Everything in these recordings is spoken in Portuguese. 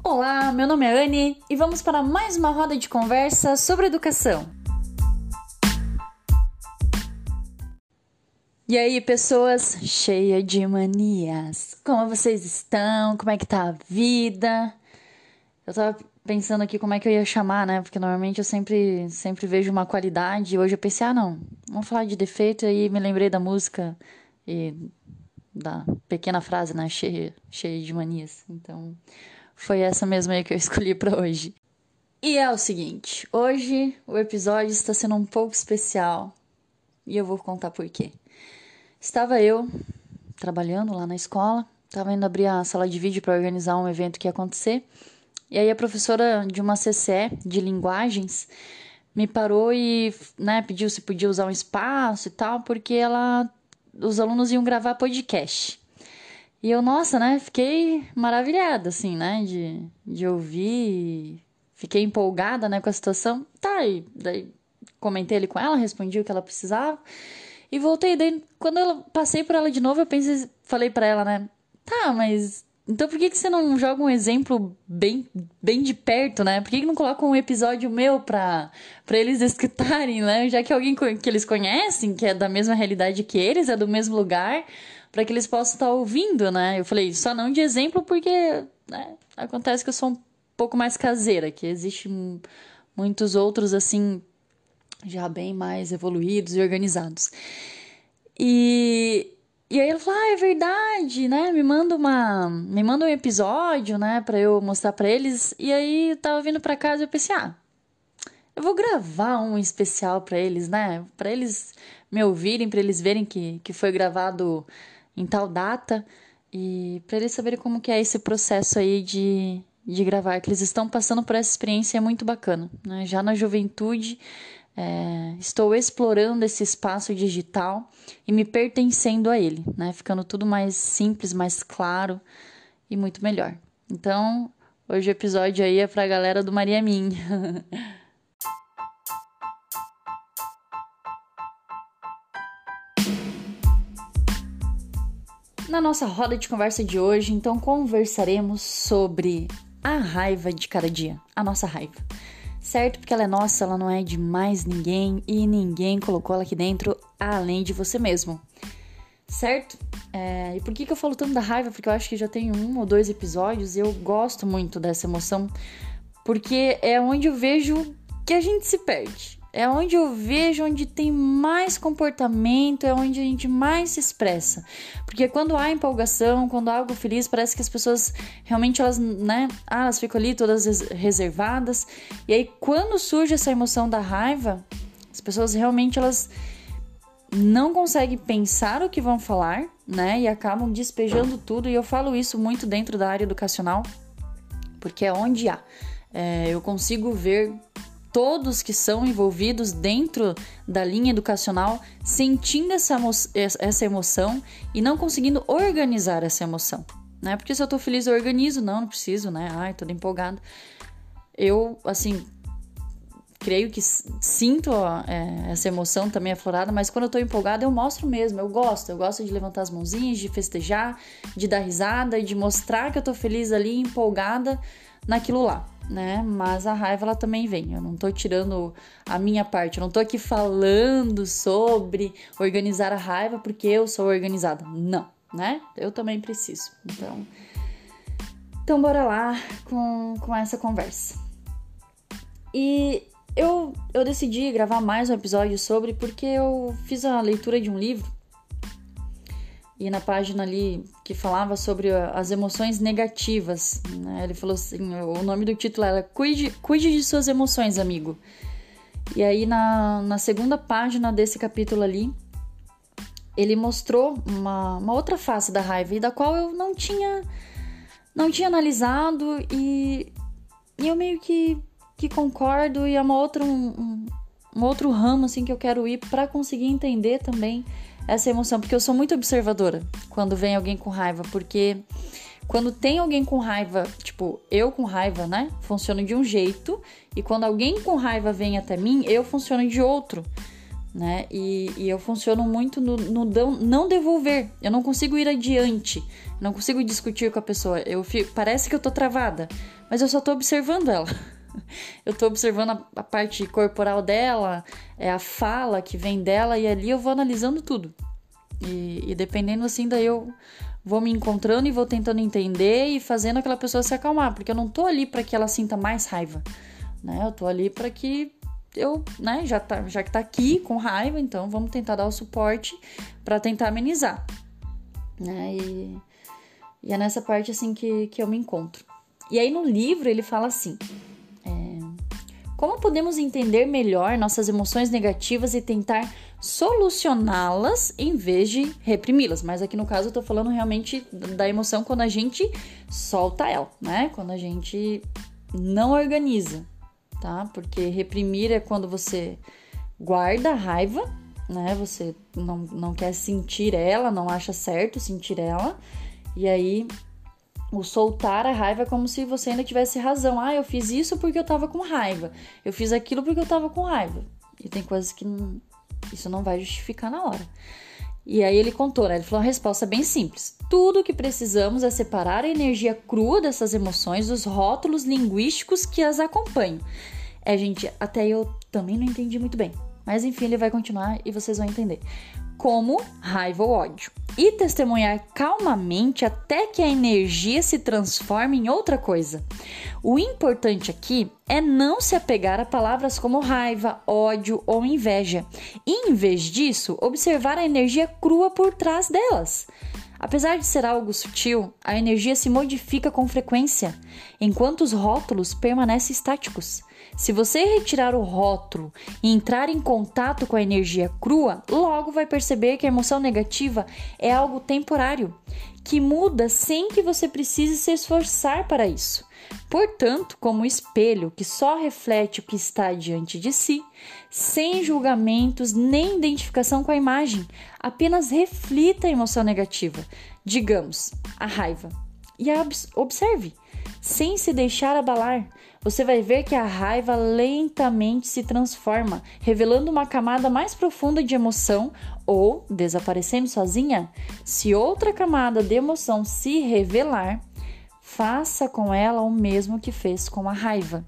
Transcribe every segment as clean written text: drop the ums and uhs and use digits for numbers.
Olá, meu nome é Anne e vamos para mais uma roda de conversa sobre educação. E aí, pessoas cheias de manias, como vocês estão? Como é que tá a vida? Eu tava pensando aqui como é que eu ia chamar, né? Porque normalmente eu sempre vejo uma qualidade e hoje eu pensei, não, vamos falar de defeito, e aí me lembrei da música e da pequena frase, né? Cheia de manias. Então, foi essa mesmo aí que eu escolhi pra hoje. E é o seguinte, hoje o episódio está sendo um pouco especial e eu vou contar por quê. Estava eu trabalhando lá na escola, estava indo abrir a sala de vídeo para organizar um evento que ia acontecer, e aí a professora de uma CCE de linguagens me parou e pediu se podia usar um espaço e tal, porque os alunos iam gravar podcast. E eu, fiquei maravilhada, assim, de ouvir, fiquei empolgada, com a situação. Tá, e daí comentei ali com ela, respondi o que ela precisava e voltei. Daí, quando eu passei por ela de novo, falei pra ela, tá, mas então por que você não joga um exemplo bem de perto, né? Por que não coloca um episódio meu pra eles escutarem, né? Já que é alguém que eles conhecem, que é da mesma realidade que eles, é do mesmo lugar, para que eles possam estar ouvindo, né? Eu falei, só não de exemplo porque acontece que eu sou um pouco mais caseira, que existe muitos outros, assim, já bem mais evoluídos e organizados. E aí ela falou, é verdade, né? Me manda um episódio, né, pra eu mostrar pra eles. E aí eu tava vindo pra casa e eu pensei, eu vou gravar um especial pra eles, né? Pra eles me ouvirem, pra eles verem que foi gravado em tal data e pra eles saberem como que é esse processo aí de gravar, que eles estão passando por essa experiência muito bacana, né? Já na juventude, estou explorando esse espaço digital e me pertencendo a ele, né? Ficando tudo mais simples, mais claro e muito melhor. Então, hoje o episódio aí é pra galera do Maria Minha. Na nossa roda de conversa de hoje, então, conversaremos sobre a raiva de cada dia, a nossa raiva. Certo? Porque ela é nossa, ela não é de mais ninguém e ninguém colocou ela aqui dentro além de você mesmo. Certo? E por que eu falo tanto da raiva? Porque eu acho que já tem 1 ou 2 episódios e eu gosto muito dessa emoção, porque é onde eu vejo que a gente se perde. É onde eu vejo onde tem mais comportamento, é onde a gente mais se expressa. Porque quando há empolgação, quando há algo feliz, parece que as pessoas realmente, elas ficam ali todas reservadas. E aí, quando surge essa emoção da raiva, as pessoas realmente, elas não conseguem pensar o que vão falar, né? E acabam despejando tudo. E eu falo isso muito dentro da área educacional, porque é onde há. Eu consigo ver todos que são envolvidos dentro da linha educacional sentindo essa emoção e não conseguindo organizar essa emoção, né? Porque se eu tô feliz eu organizo, não preciso, né? Toda empolgada. Eu, assim, creio que sinto essa emoção também aflorada, mas quando eu tô empolgada eu mostro mesmo, eu gosto de levantar as mãozinhas, de festejar, de dar risada e de mostrar que eu tô feliz ali, empolgada naquilo lá, né? Mas a raiva, ela também vem. Eu não tô tirando a minha parte, eu não tô aqui falando sobre organizar a raiva porque eu sou organizada. Não, né? Eu também preciso. Então bora lá com essa conversa. E eu decidi gravar mais um episódio porque eu fiz a leitura de um livro e na página ali que falava sobre as emoções negativas, né? Ele falou assim, o nome do título era Cuide de suas emoções, amigo. E aí na segunda página desse capítulo ali, ele mostrou uma outra face da raiva, e da qual eu não tinha analisado, e eu meio que concordo, e é um outro ramo assim que eu quero ir para conseguir entender também essa emoção, porque eu sou muito observadora quando vem alguém com raiva, porque quando tem alguém com raiva, tipo, eu com raiva, né, funciono de um jeito, e quando alguém com raiva vem até mim, eu funciono de outro, né? E eu funciono muito no não devolver. Eu não consigo ir adiante, não consigo discutir com a pessoa. Parece que eu tô travada, mas eu só tô observando ela. Eu tô observando a parte corporal dela, a fala que vem dela, e ali eu vou analisando tudo. E dependendo assim, daí eu vou me encontrando e vou tentando entender e fazendo aquela pessoa se acalmar, porque eu não tô ali para que ela sinta mais raiva, né? Eu tô ali para que eu, né, já que tá aqui com raiva, então vamos tentar dar o suporte para tentar amenizar, né? E é nessa parte assim que eu me encontro. E aí no livro ele fala assim: como podemos entender melhor nossas emoções negativas e tentar solucioná-las em vez de reprimi-las? Mas aqui no caso eu tô falando realmente da emoção quando a gente solta ela, né? Quando a gente não organiza, tá? Porque reprimir é quando você guarda a raiva, né? Você não quer sentir ela, não acha certo sentir ela. E aí o soltar a raiva é como se você ainda tivesse razão. Eu fiz isso porque eu tava com raiva. Eu fiz aquilo porque eu tava com raiva. E tem coisas que isso não vai justificar na hora. E aí ele contou, né? Ele falou uma resposta bem simples. Tudo o que precisamos é separar a energia crua dessas emoções dos rótulos linguísticos que as acompanham. Gente, até eu também não entendi muito bem. Mas enfim, ele vai continuar e vocês vão entender. Como raiva ou ódio. E testemunhar calmamente até que a energia se transforme em outra coisa. O importante aqui é não se apegar a palavras como raiva, ódio ou inveja. E, em vez disso, observar a energia crua por trás delas. Apesar de ser algo sutil, a energia se modifica com frequência, enquanto os rótulos permanecem estáticos. Se você retirar o rótulo e entrar em contato com a energia crua, logo vai perceber que a emoção negativa é algo temporário, que muda sem que você precise se esforçar para isso. Portanto, como um espelho que só reflete o que está diante de si, sem julgamentos nem identificação com a imagem, apenas reflita a emoção negativa, digamos, a raiva, e a observe, sem se deixar abalar. Você vai ver que a raiva lentamente se transforma, revelando uma camada mais profunda de emoção ou desaparecendo sozinha. Se outra camada de emoção se revelar, faça com ela o mesmo que fez com a raiva.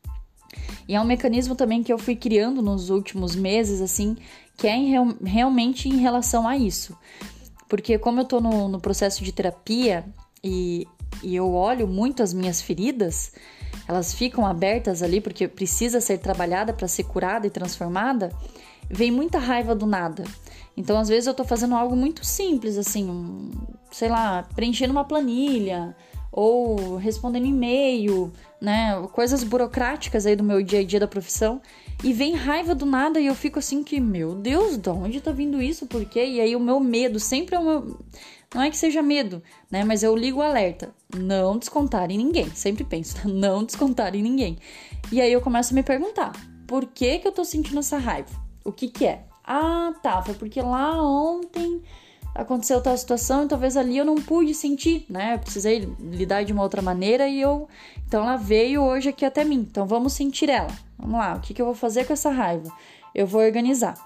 E é um mecanismo também que eu fui criando nos últimos meses, assim, que é realmente em relação a isso. Porque como eu tô no processo de terapia e eu olho muito as minhas feridas, elas ficam abertas ali porque precisa ser trabalhada para ser curada e transformada, vem muita raiva do nada. Então, às vezes eu tô fazendo algo muito simples, assim, sei lá, preenchendo uma planilha ou respondendo e-mail, né, coisas burocráticas aí do meu dia a dia da profissão, e vem raiva do nada e eu fico assim que, meu Deus, de onde tá vindo isso? Por quê? E aí o meu medo sempre é o meu... Não é que seja medo, né? Mas eu ligo o alerta. Não descontar em ninguém. Sempre penso, não descontar em ninguém. E aí eu começo a me perguntar, por que eu tô sentindo essa raiva? O que é? Tá, foi porque lá ontem aconteceu tal situação e talvez ali eu não pude sentir, né? Eu precisei lidar de uma outra maneira então ela veio hoje aqui até mim. Então vamos sentir ela. Vamos lá, o que eu vou fazer com essa raiva? Eu vou organizar.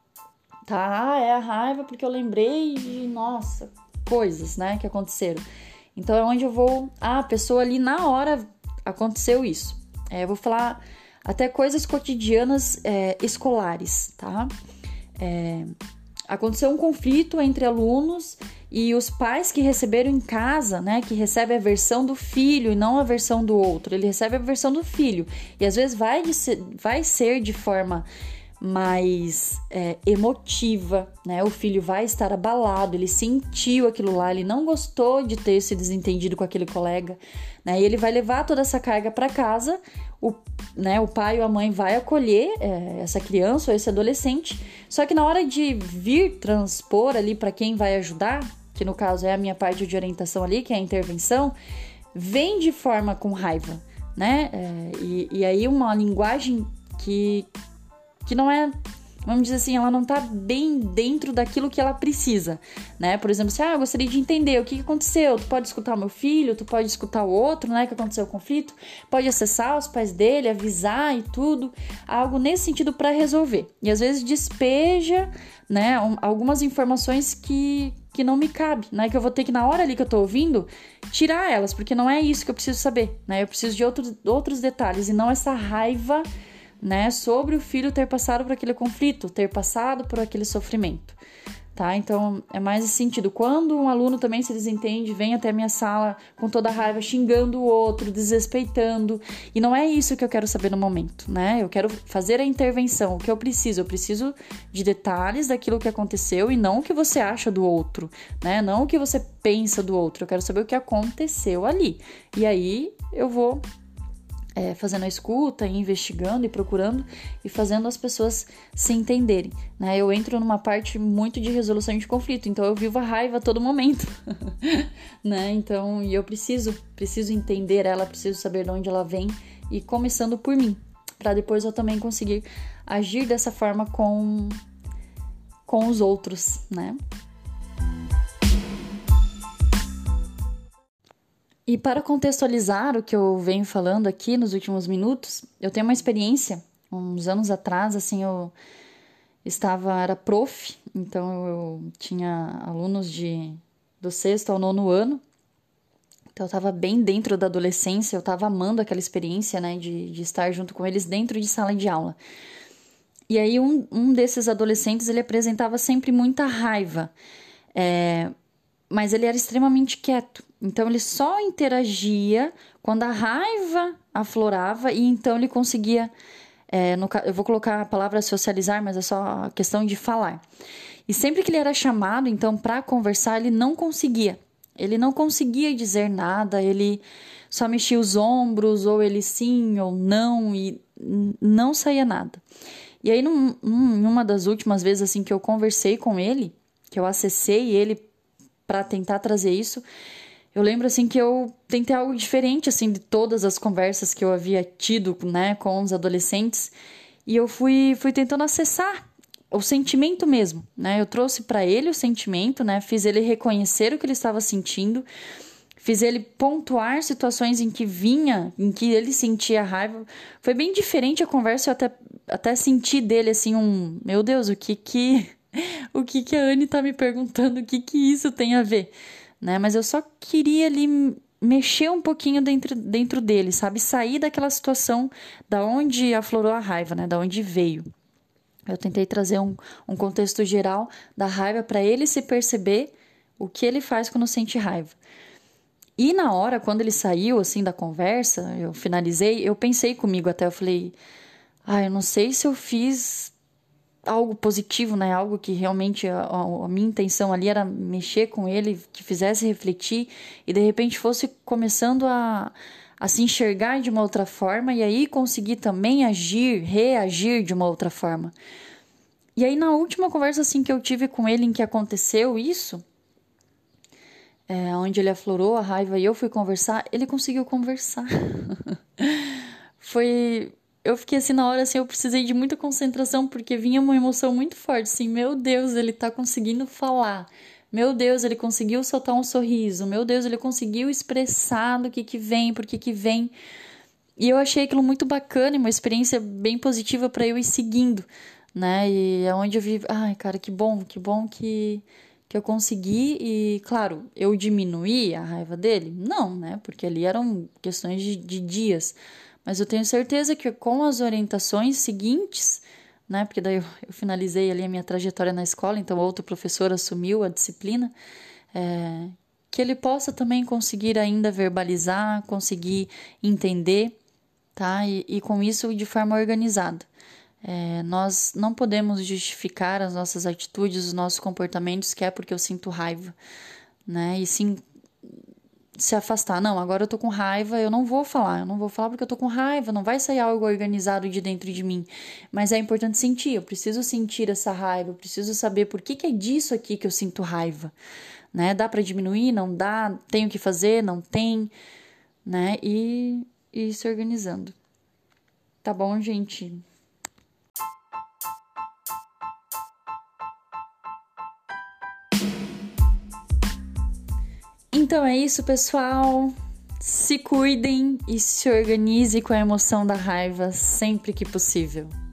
Tá, é a raiva porque eu lembrei de, nossa, coisas, né, que aconteceram. Então é onde eu vou... a pessoa ali na hora aconteceu isso. Eu vou falar até coisas cotidianas escolares, tá? Aconteceu um conflito entre alunos e os pais que receberam em casa, né, que recebe a versão do filho e não a versão do outro. Ele recebe a versão do filho e às vezes vai ser de forma mais emotiva, né? O filho vai estar abalado, ele sentiu aquilo lá, ele não gostou de ter se desentendido com aquele colega, né? E ele vai levar toda essa carga para casa, o pai ou a mãe vai acolher essa criança ou esse adolescente, só que na hora de vir transpor ali para quem vai ajudar, que no caso é a minha parte de orientação ali, que é a intervenção, vem de forma com raiva, né? E aí uma linguagem que não é vamos dizer assim, ela não tá bem dentro daquilo que ela precisa, né? Por exemplo, eu gostaria de entender o que aconteceu. Tu pode escutar o meu filho, tu pode escutar o outro, né? Que aconteceu o conflito, pode acessar os pais dele, avisar e tudo, algo nesse sentido para resolver. E às vezes despeja, né? Algumas informações que não me cabe, né? Que eu vou ter que, na hora ali que eu tô ouvindo, tirar elas, porque não é isso que eu preciso saber, né? Eu preciso de outros detalhes e não essa raiva, né, sobre o filho ter passado por aquele conflito, ter passado por aquele sofrimento, tá? Então, é mais esse sentido. Quando um aluno também se desentende, vem até a minha sala com toda a raiva, xingando o outro, desrespeitando, e não é isso que eu quero saber no momento, né? Eu quero fazer a intervenção. O que eu preciso? Eu preciso de detalhes daquilo que aconteceu e não o que você acha do outro, né? Não o que você pensa do outro. Eu quero saber o que aconteceu ali. E aí, eu vou fazendo a escuta, investigando e procurando e fazendo as pessoas se entenderem, né? Eu entro numa parte muito de resolução de conflito, então eu vivo a raiva a todo momento, né? Então, e eu preciso entender ela, preciso saber de onde ela vem e começando por mim, para depois eu também conseguir agir dessa forma com os outros, né? E para contextualizar o que eu venho falando aqui nos últimos minutos, eu tenho uma experiência, uns anos atrás, assim, era prof, então eu tinha alunos do sexto ao nono ano, então eu estava bem dentro da adolescência, eu estava amando aquela experiência, né, de estar junto com eles dentro de sala de aula. E aí um desses adolescentes, ele apresentava sempre muita raiva, mas ele era extremamente quieto. Então, ele só interagia quando a raiva aflorava e então ele conseguia... eu vou colocar a palavra socializar, mas é só a questão de falar. E sempre que ele era chamado, então, para conversar, ele não conseguia. Ele não conseguia dizer nada, ele só mexia os ombros, ou ele sim ou não, e não saía nada. E aí, numa das últimas vezes assim que eu conversei com ele, que eu acessei ele para tentar trazer isso, eu lembro assim que eu tentei algo diferente assim de todas as conversas que eu havia tido, né, com os adolescentes, e eu fui tentando acessar o sentimento mesmo, né? Eu trouxe para ele o sentimento, né? Fiz ele reconhecer o que ele estava sentindo, fiz ele pontuar situações em que ele sentia raiva. Foi bem diferente a conversa, eu até senti dele assim meu Deus, o que a Anne tá me perguntando, o que isso tem a ver, né? Mas eu só queria ali mexer um pouquinho dentro dele, sabe? Sair daquela situação da onde aflorou a raiva, né? Da onde veio. Eu tentei trazer um contexto geral da raiva para ele se perceber o que ele faz quando sente raiva. E na hora, quando ele saiu, assim, da conversa, eu finalizei, eu pensei comigo até, eu falei, eu não sei se eu fiz algo positivo, né? Algo que realmente a minha intenção ali era mexer com ele, que fizesse refletir e de repente fosse começando a se enxergar de uma outra forma e aí conseguir também reagir de uma outra forma. E aí na última conversa assim que eu tive com ele em que aconteceu isso, onde ele aflorou a raiva e eu fui conversar, ele conseguiu conversar. Eu fiquei assim na hora, assim, eu precisei de muita concentração, porque vinha uma emoção muito forte, assim, meu Deus, ele tá conseguindo falar. Meu Deus, ele conseguiu soltar um sorriso. Meu Deus, ele conseguiu expressar do que vem, por que vem. E eu achei aquilo muito bacana e uma experiência bem positiva para eu ir seguindo, né? E é onde eu vi, cara, que bom que eu consegui. E, claro, eu diminuí a raiva dele? Não, né? Porque ali eram questões de dias. Mas eu tenho certeza que com as orientações seguintes, né? Porque daí eu finalizei ali a minha trajetória na escola, então outro professor assumiu a disciplina, que ele possa também conseguir ainda verbalizar, conseguir entender, tá? E com isso de forma organizada. Nós não podemos justificar as nossas atitudes, os nossos comportamentos, que é porque eu sinto raiva, né? E sim se afastar. Não, agora eu tô com raiva, eu não vou falar porque eu tô com raiva, não vai sair algo organizado de dentro de mim. Mas é importante sentir, eu preciso sentir essa raiva, eu preciso saber por que é disso aqui que eu sinto raiva, né? Dá para diminuir? Não dá? Tenho que fazer? Não tem? Né? E se organizando. Tá bom, gente? Então é isso, pessoal. Se cuidem e se organize com a emoção da raiva sempre que possível.